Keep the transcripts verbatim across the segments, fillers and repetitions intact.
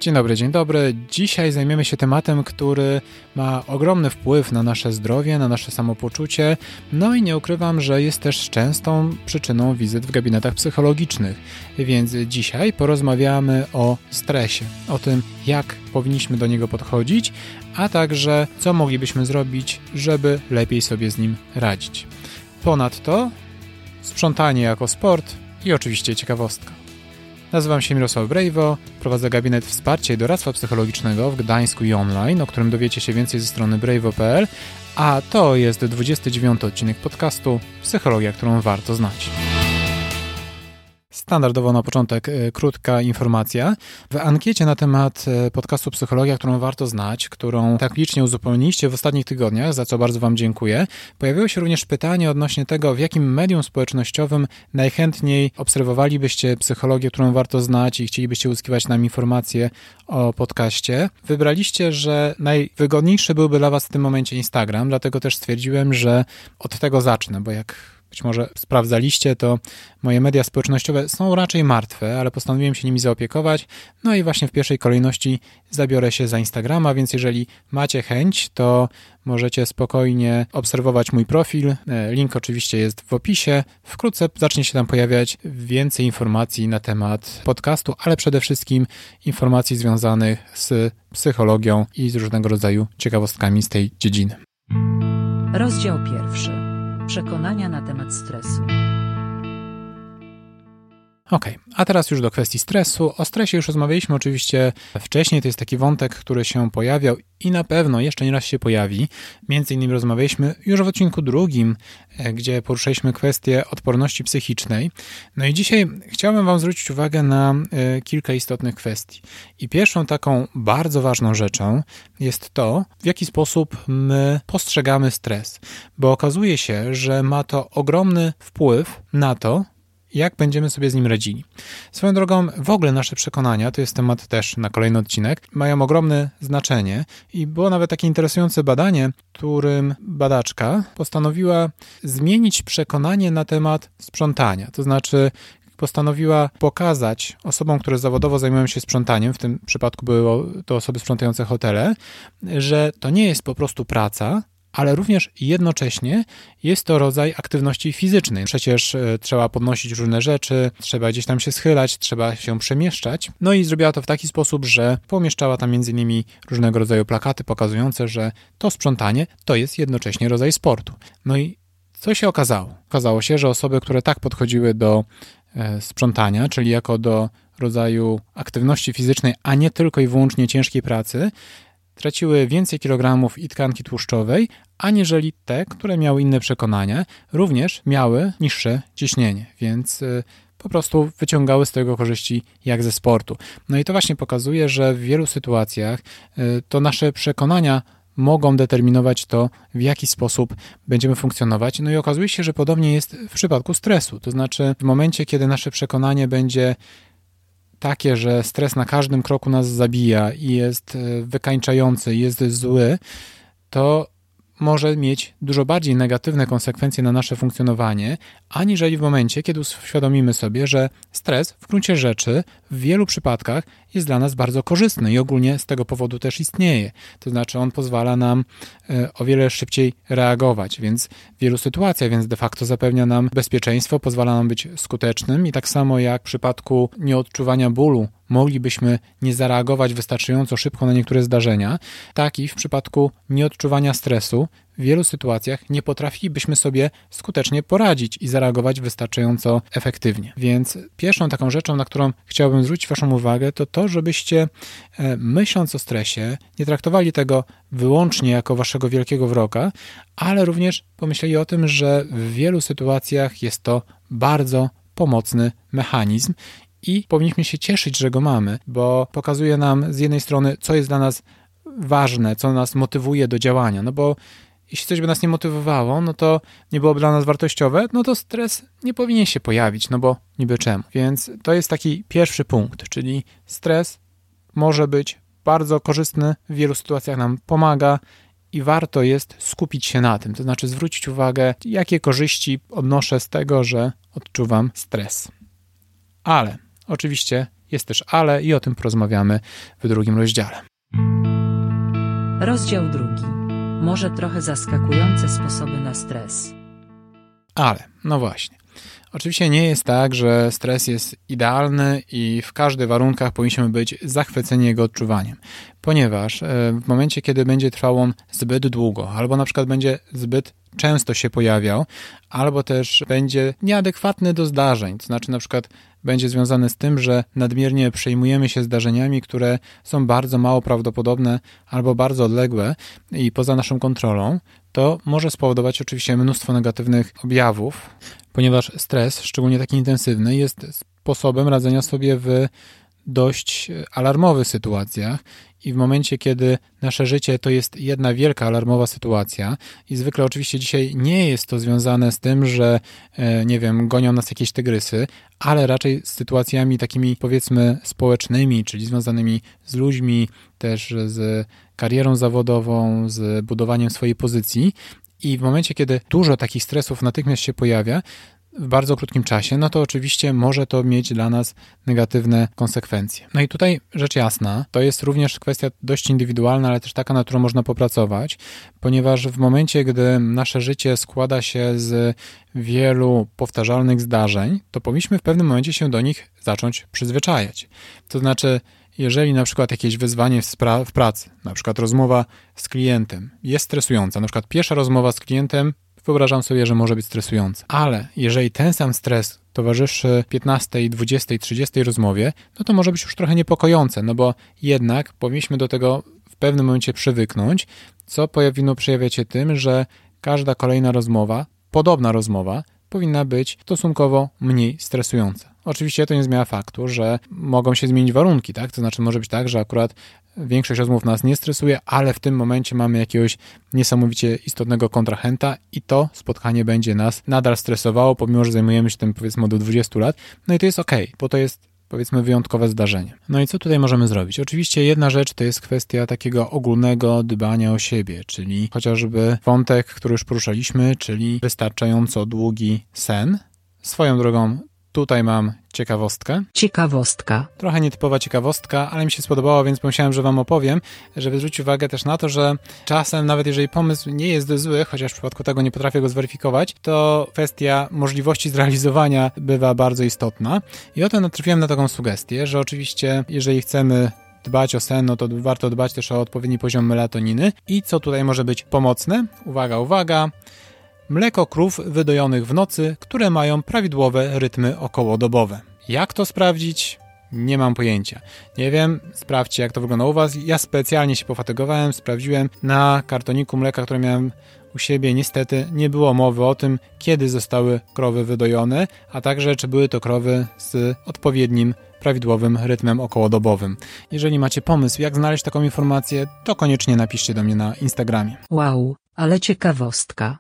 Dzień dobry, dzień dobry. Dzisiaj zajmiemy się tematem, który ma ogromny wpływ na nasze zdrowie, na nasze samopoczucie, no i nie ukrywam, że jest też częstą przyczyną wizyt w gabinetach psychologicznych. Więc dzisiaj porozmawiamy o stresie, o tym, jak powinniśmy do niego podchodzić, a także co moglibyśmy zrobić, żeby lepiej sobie z nim radzić. Ponadto sprzątanie jako sport i oczywiście ciekawostka. Nazywam się Mirosław Brejwo, prowadzę gabinet wsparcia i doradztwa psychologicznego w Gdańsku i online, o którym dowiecie się więcej ze strony brejwo kropka p l, a to jest dwudziesty dziewiąty odcinek podcastu Psychologia, którą warto znać. Standardowo na początek e, krótka informacja. W ankiecie na temat e, podcastu Psychologia, którą warto znać, którą tak licznie uzupełniliście w ostatnich tygodniach, za co bardzo Wam dziękuję, pojawiło się również pytanie odnośnie tego, w jakim medium społecznościowym najchętniej obserwowalibyście psychologię, którą warto znać i chcielibyście uzyskiwać nam informacje o podcaście. Wybraliście, że najwygodniejszy byłby dla Was w tym momencie Instagram, dlatego też stwierdziłem, że od tego zacznę, bo jak być może sprawdzaliście, to moje media społecznościowe są raczej martwe, ale postanowiłem się nimi zaopiekować. No i właśnie w pierwszej kolejności zabiorę się za Instagrama, więc jeżeli macie chęć, to możecie spokojnie obserwować mój profil. Link oczywiście jest w opisie. Wkrótce zacznie się tam pojawiać więcej informacji na temat podcastu, ale przede wszystkim informacji związanych z psychologią i z różnego rodzaju ciekawostkami z tej dziedziny. Rozdział pierwszy. Przekonania na temat stresu. Okej, okay. A teraz już do kwestii stresu. O stresie już rozmawialiśmy oczywiście wcześniej, to jest taki wątek, który się pojawiał i na pewno jeszcze nie raz się pojawi. Między innymi rozmawialiśmy już w odcinku drugim, gdzie poruszaliśmy kwestię odporności psychicznej. No i dzisiaj chciałbym Wam zwrócić uwagę na kilka istotnych kwestii. I pierwszą taką bardzo ważną rzeczą jest to, w jaki sposób my postrzegamy stres. Bo okazuje się, że ma to ogromny wpływ na to, jak będziemy sobie z nim radzili. Swoją drogą, w ogóle nasze przekonania, to jest temat też na kolejny odcinek, mają ogromne znaczenie i było nawet takie interesujące badanie, w którym badaczka postanowiła zmienić przekonanie na temat sprzątania. To znaczy postanowiła pokazać osobom, które zawodowo zajmują się sprzątaniem, w tym przypadku były to osoby sprzątające hotele, że to nie jest po prostu praca, ale również jednocześnie jest to rodzaj aktywności fizycznej. Przecież trzeba podnosić różne rzeczy, trzeba gdzieś tam się schylać, trzeba się przemieszczać. No i zrobiła to w taki sposób, że pomieszczała tam między innymi różnego rodzaju plakaty pokazujące, że to sprzątanie to jest jednocześnie rodzaj sportu. No i co się okazało? Okazało się, że osoby, które tak podchodziły do e, sprzątania, czyli jako do rodzaju aktywności fizycznej, a nie tylko i wyłącznie ciężkiej pracy, traciły więcej kilogramów i tkanki tłuszczowej, aniżeli te, które miały inne przekonania, również miały niższe ciśnienie, więc y, po prostu wyciągały z tego korzyści jak ze sportu. No i to właśnie pokazuje, że w wielu sytuacjach y, to nasze przekonania mogą determinować to, w jaki sposób będziemy funkcjonować. No i okazuje się, że podobnie jest w przypadku stresu, to znaczy w momencie, kiedy nasze przekonanie będzie takie, że stres na każdym kroku nas zabija i jest wykańczający, jest zły, to może mieć dużo bardziej negatywne konsekwencje na nasze funkcjonowanie, aniżeli w momencie, kiedy uświadomimy sobie, że stres w gruncie rzeczy w wielu przypadkach jest dla nas bardzo korzystny i ogólnie z tego powodu też istnieje. To znaczy on pozwala nam o wiele szybciej reagować, więc w wielu sytuacjach, więc de facto zapewnia nam bezpieczeństwo, pozwala nam być skutecznym i tak samo jak w przypadku nieodczuwania bólu moglibyśmy nie zareagować wystarczająco szybko na niektóre zdarzenia, tak i w przypadku nieodczuwania stresu w wielu sytuacjach nie potrafilibyśmy sobie skutecznie poradzić i zareagować wystarczająco efektywnie. Więc pierwszą taką rzeczą, na którą chciałbym zwrócić Waszą uwagę, to to, żebyście myśląc o stresie, nie traktowali tego wyłącznie jako Waszego wielkiego wroga, ale również pomyśleli o tym, że w wielu sytuacjach jest to bardzo pomocny mechanizm i powinniśmy się cieszyć, że go mamy, bo pokazuje nam z jednej strony, co jest dla nas ważne, co nas motywuje do działania, no bo jeśli coś by nas nie motywowało, no to nie byłoby dla nas wartościowe, no to stres nie powinien się pojawić, no bo niby czemu. Więc to jest taki pierwszy punkt, czyli stres może być bardzo korzystny, w wielu sytuacjach nam pomaga i warto jest skupić się na tym, to znaczy zwrócić uwagę, jakie korzyści odnoszę z tego, że odczuwam stres. Ale oczywiście jest też ale i o tym porozmawiamy w drugim rozdziale. Rozdział drugi. Może trochę zaskakujące sposoby na stres. Ale, no właśnie. Oczywiście nie jest tak, że stres jest idealny i w każdych warunkach powinniśmy być zachwyceni jego odczuwaniem, ponieważ w momencie, kiedy będzie trwał on zbyt długo, albo na przykład będzie zbyt często się pojawiał, albo też będzie nieadekwatny do zdarzeń, to znaczy na przykład będzie związany z tym, że nadmiernie przejmujemy się zdarzeniami, które są bardzo mało prawdopodobne albo bardzo odległe i poza naszą kontrolą, to może spowodować oczywiście mnóstwo negatywnych objawów, ponieważ stres, szczególnie taki intensywny, jest sposobem radzenia sobie w dość alarmowych sytuacjach i w momencie, kiedy nasze życie to jest jedna wielka alarmowa sytuacja i zwykle oczywiście dzisiaj nie jest to związane z tym, że nie wiem, gonią nas jakieś tygrysy, ale raczej z sytuacjami takimi powiedzmy społecznymi, czyli związanymi z ludźmi, też z karierą zawodową, z budowaniem swojej pozycji i w momencie, kiedy dużo takich stresów natychmiast się pojawia, w bardzo krótkim czasie, no to oczywiście może to mieć dla nas negatywne konsekwencje. No i tutaj rzecz jasna, to jest również kwestia dość indywidualna, ale też taka, na którą można popracować, ponieważ w momencie, gdy nasze życie składa się z wielu powtarzalnych zdarzeń, to powinniśmy w pewnym momencie się do nich zacząć przyzwyczajać. To znaczy, jeżeli na przykład jakieś wyzwanie w, spra- w pracy, na przykład rozmowa z klientem jest stresująca, na przykład pierwsza rozmowa z klientem, wyobrażam sobie, że może być stresująca. Ale jeżeli ten sam stres towarzyszy piętnastej, dwudziestej, trzydziestej rozmowie, no to może być już trochę niepokojące, no bo jednak powinniśmy do tego w pewnym momencie przywyknąć, co powinno przejawiać się tym, że każda kolejna rozmowa, podobna rozmowa, powinna być stosunkowo mniej stresująca. Oczywiście to nie zmienia faktu, że mogą się zmienić warunki, tak? To znaczy może być tak, że akurat większość rozmów nas nie stresuje, ale w tym momencie mamy jakiegoś niesamowicie istotnego kontrahenta i to spotkanie będzie nas nadal stresowało, pomimo że zajmujemy się tym powiedzmy od dwudziestu lat. No i to jest okej, bo to jest powiedzmy wyjątkowe zdarzenie. No i co tutaj możemy zrobić? Oczywiście jedna rzecz to jest kwestia takiego ogólnego dbania o siebie, czyli chociażby wątek, który już poruszaliśmy, czyli wystarczająco długi sen. Swoją drogą tutaj mam ciekawostkę. Ciekawostka. Trochę nietypowa ciekawostka, ale mi się spodobało, więc pomyślałem, że wam opowiem, żeby zwrócić uwagę też na to, że czasem, nawet jeżeli pomysł nie jest zły, chociaż w przypadku tego nie potrafię go zweryfikować, to kwestia możliwości zrealizowania bywa bardzo istotna. I oto natrafiłem na taką sugestię, że oczywiście, jeżeli chcemy dbać o sen, no to warto dbać też o odpowiedni poziom melatoniny. I co tutaj może być pomocne? Uwaga, uwaga! Mleko krów wydojonych w nocy, które mają prawidłowe rytmy okołodobowe. Jak to sprawdzić? Nie mam pojęcia. Nie wiem, sprawdźcie jak to wygląda u was. Ja specjalnie się pofatygowałem, sprawdziłem na kartoniku mleka, które miałem u siebie. Niestety nie było mowy o tym, kiedy zostały krowy wydojone, a także czy były to krowy z odpowiednim prawidłowym rytmem okołodobowym. Jeżeli macie pomysł, jak znaleźć taką informację, to koniecznie napiszcie do mnie na Instagramie. Wow, ale ciekawostka.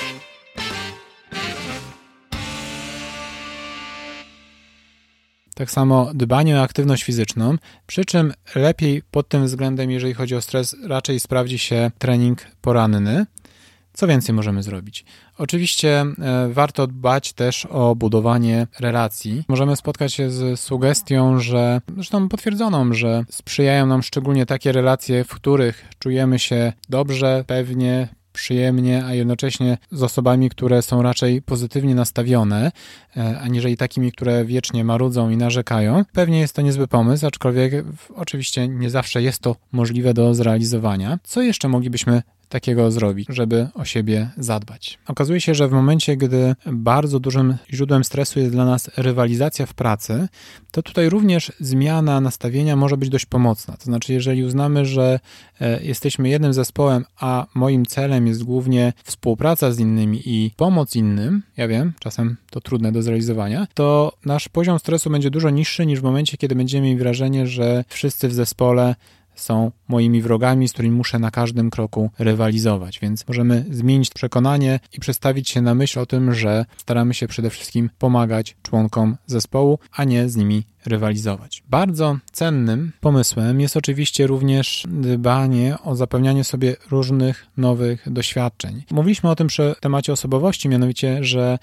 Tak samo dbanie o aktywność fizyczną, przy czym lepiej pod tym względem, jeżeli chodzi o stres, raczej sprawdzi się trening poranny. Co więcej możemy zrobić? Oczywiście e, warto dbać też o budowanie relacji. Możemy spotkać się z sugestią, że, zresztą potwierdzoną, że sprzyjają nam szczególnie takie relacje, w których czujemy się dobrze, pewnie, przyjemnie, a jednocześnie z osobami, które są raczej pozytywnie nastawione, aniżeli takimi, które wiecznie marudzą i narzekają. Pewnie jest to niezły pomysł, aczkolwiek oczywiście nie zawsze jest to możliwe do zrealizowania. Co jeszcze moglibyśmy takiego zrobić, żeby o siebie zadbać? Okazuje się, że w momencie, gdy bardzo dużym źródłem stresu jest dla nas rywalizacja w pracy, to tutaj również zmiana nastawienia może być dość pomocna. To znaczy, jeżeli uznamy, że jesteśmy jednym zespołem, a moim celem jest głównie współpraca z innymi i pomoc innym, ja wiem, czasem to trudne do zrealizowania, to nasz poziom stresu będzie dużo niższy niż w momencie, kiedy będziemy mieli wrażenie, że wszyscy w zespole są moimi wrogami, z którymi muszę na każdym kroku rywalizować. Więc możemy zmienić przekonanie i przestawić się na myśl o tym, że staramy się przede wszystkim pomagać członkom zespołu, a nie z nimi rywalizować. Bardzo cennym pomysłem jest oczywiście również dbanie o zapewnianie sobie różnych nowych doświadczeń. Mówiliśmy o tym przy temacie osobowości, mianowicie, że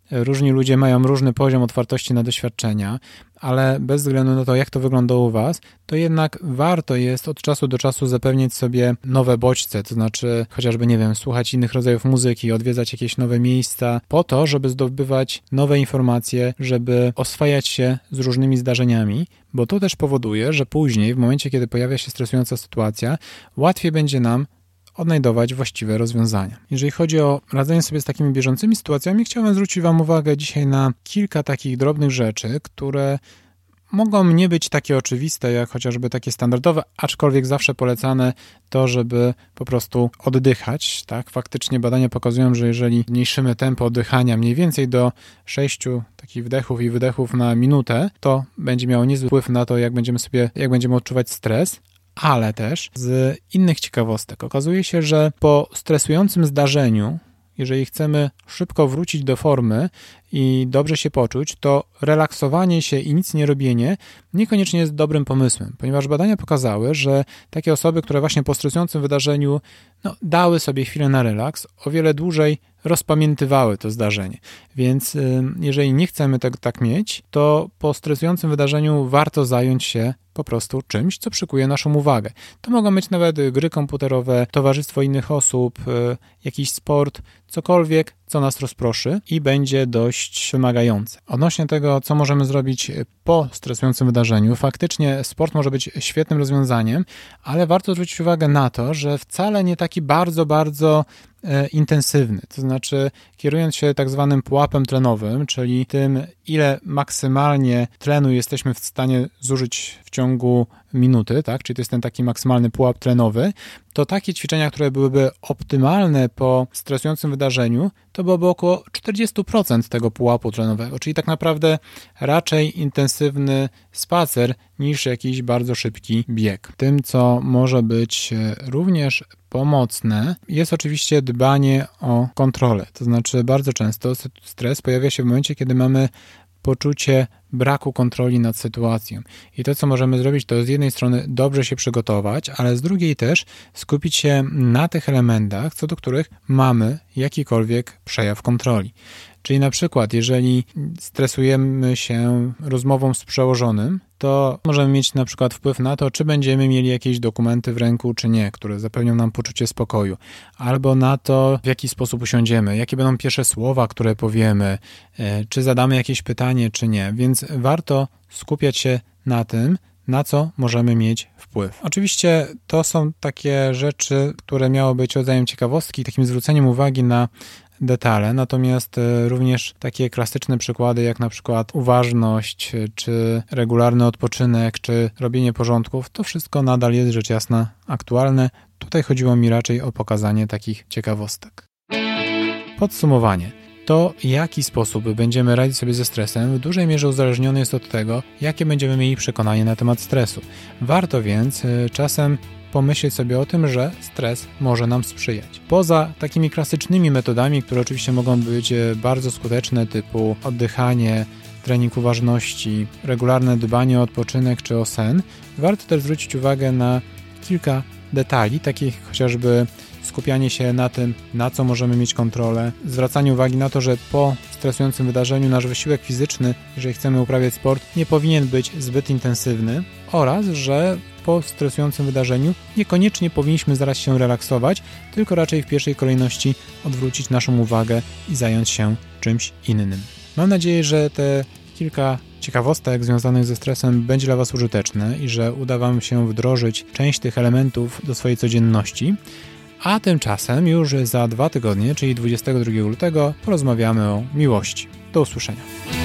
różni ludzie mają różny poziom otwartości na doświadczenia, ale bez względu na to, jak to wygląda u Was, to jednak warto jest od czasu do czasu zapewnić sobie nowe bodźce, to znaczy chociażby, nie wiem, słuchać innych rodzajów muzyki, odwiedzać jakieś nowe miejsca, po to, żeby zdobywać nowe informacje, żeby oswajać się z różnymi zdarzeniami, bo to też powoduje, że później, w momencie, kiedy pojawia się stresująca sytuacja, łatwiej będzie nam odnajdować właściwe rozwiązania. Jeżeli chodzi o radzenie sobie z takimi bieżącymi sytuacjami, chciałbym zwrócić Wam uwagę dzisiaj na kilka takich drobnych rzeczy, które mogą nie być takie oczywiste, jak chociażby takie standardowe, aczkolwiek zawsze polecane to, żeby po prostu oddychać. Tak? Faktycznie badania pokazują, że jeżeli zmniejszymy tempo oddychania mniej więcej do sześciu takich wdechów i wydechów na minutę, to będzie miało niezły wpływ na to, jak będziemy sobie, jak będziemy odczuwać stres. Ale też z innych ciekawostek okazuje się, że po stresującym zdarzeniu, jeżeli chcemy szybko wrócić do formy i dobrze się poczuć, to relaksowanie się i nic nie robienie niekoniecznie jest dobrym pomysłem, ponieważ badania pokazały, że takie osoby, które właśnie po stresującym wydarzeniu no, dały sobie chwilę na relaks, o wiele dłużej rozpamiętywały to zdarzenie. Więc y, jeżeli nie chcemy tego tak mieć, to po stresującym wydarzeniu warto zająć się po prostu czymś, co przykuje naszą uwagę. To mogą być nawet gry komputerowe, towarzystwo innych osób, y, jakiś sport, cokolwiek, co nas rozproszy i będzie dość wymagające. Odnośnie tego, co możemy zrobić po stresującym wydarzeniu, faktycznie sport może być świetnym rozwiązaniem, ale warto zwrócić uwagę na to, że wcale nie taki bardzo, bardzo e, intensywny. To znaczy, kierując się tak zwanym pułapem tlenowym, czyli tym, ile maksymalnie tlenu jesteśmy w stanie zużyć w ciągu minuty, tak? Czyli to jest ten taki maksymalny pułap tlenowy, to takie ćwiczenia, które byłyby optymalne po stresującym wydarzeniu, to byłoby około czterdzieści procent tego pułapu tlenowego, czyli tak naprawdę raczej intensywny spacer niż jakiś bardzo szybki bieg. Tym, co może być również pomocne, jest oczywiście dbanie o kontrolę. To znaczy bardzo często stres pojawia się w momencie, kiedy mamy poczucie braku kontroli nad sytuacją. I to, co możemy zrobić, to z jednej strony dobrze się przygotować, ale z drugiej też skupić się na tych elementach, co do których mamy jakikolwiek przejaw kontroli. Czyli na przykład, jeżeli stresujemy się rozmową z przełożonym, to możemy mieć na przykład wpływ na to, czy będziemy mieli jakieś dokumenty w ręku, czy nie, które zapewnią nam poczucie spokoju, albo na to, w jaki sposób usiądziemy, jakie będą pierwsze słowa, które powiemy, czy zadamy jakieś pytanie, czy nie. Więc warto skupiać się na tym, na co możemy mieć wpływ. Oczywiście to są takie rzeczy, które miały być rodzajem ciekawostki, takim zwróceniem uwagi na detale, natomiast również takie klasyczne przykłady, jak na przykład uważność, czy regularny odpoczynek, czy robienie porządków, to wszystko nadal jest rzecz jasna aktualne. Tutaj chodziło mi raczej o pokazanie takich ciekawostek. Podsumowanie. To, w jaki sposób będziemy radzić sobie ze stresem, w dużej mierze uzależnione jest od tego, jakie będziemy mieli przekonanie na temat stresu. Warto więc czasem pomyśleć sobie o tym, że stres może nam sprzyjać. Poza takimi klasycznymi metodami, które oczywiście mogą być bardzo skuteczne, typu oddychanie, trening uważności, regularne dbanie o odpoczynek czy o sen, warto też zwrócić uwagę na kilka detali, takich chociażby skupianie się na tym, na co możemy mieć kontrolę, zwracanie uwagi na to, że po stresującym wydarzeniu nasz wysiłek fizyczny, jeżeli chcemy uprawiać sport, nie powinien być zbyt intensywny oraz, że po stresującym wydarzeniu niekoniecznie powinniśmy zaraz się relaksować, tylko raczej w pierwszej kolejności odwrócić naszą uwagę i zająć się czymś innym. Mam nadzieję, że te kilka ciekawostek związanych ze stresem będzie dla Was użyteczne i że uda Wam się wdrożyć część tych elementów do swojej codzienności. A tymczasem już za dwa tygodnie, czyli dwudziestego drugiego lutego, porozmawiamy o miłości. Do usłyszenia.